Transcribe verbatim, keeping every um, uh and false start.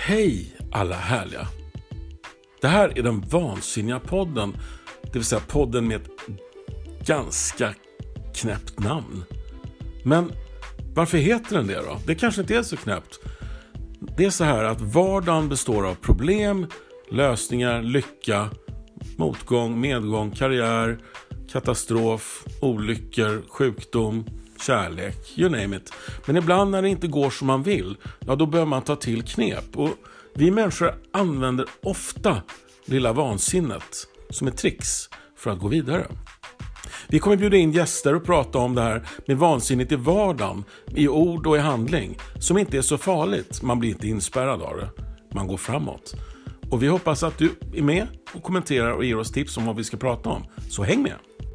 Hej alla härliga! Det här är den vansinniga podden, det vill säga podden med ett ganska knäppt namn. Men varför heter den det då? Det kanske inte är så knäppt. Det är så här att vardagen består av problem, lösningar, lycka, motgång, medgång, karriär, katastrof, olyckor, sjukdom, kärlek, you name it. Men ibland när det inte går som man vill, ja då bör man ta till knep. Och vi människor använder ofta lilla vansinnet som ett tricks för att gå vidare. Vi kommer bjuda in gäster och prata om det här med vansinnet i vardagen, i ord och i handling, som inte är så farligt. Man blir inte inspärrad av det, man går framåt. Och vi hoppas att du är med och kommenterar och ger oss tips om vad vi ska prata om. Så häng med!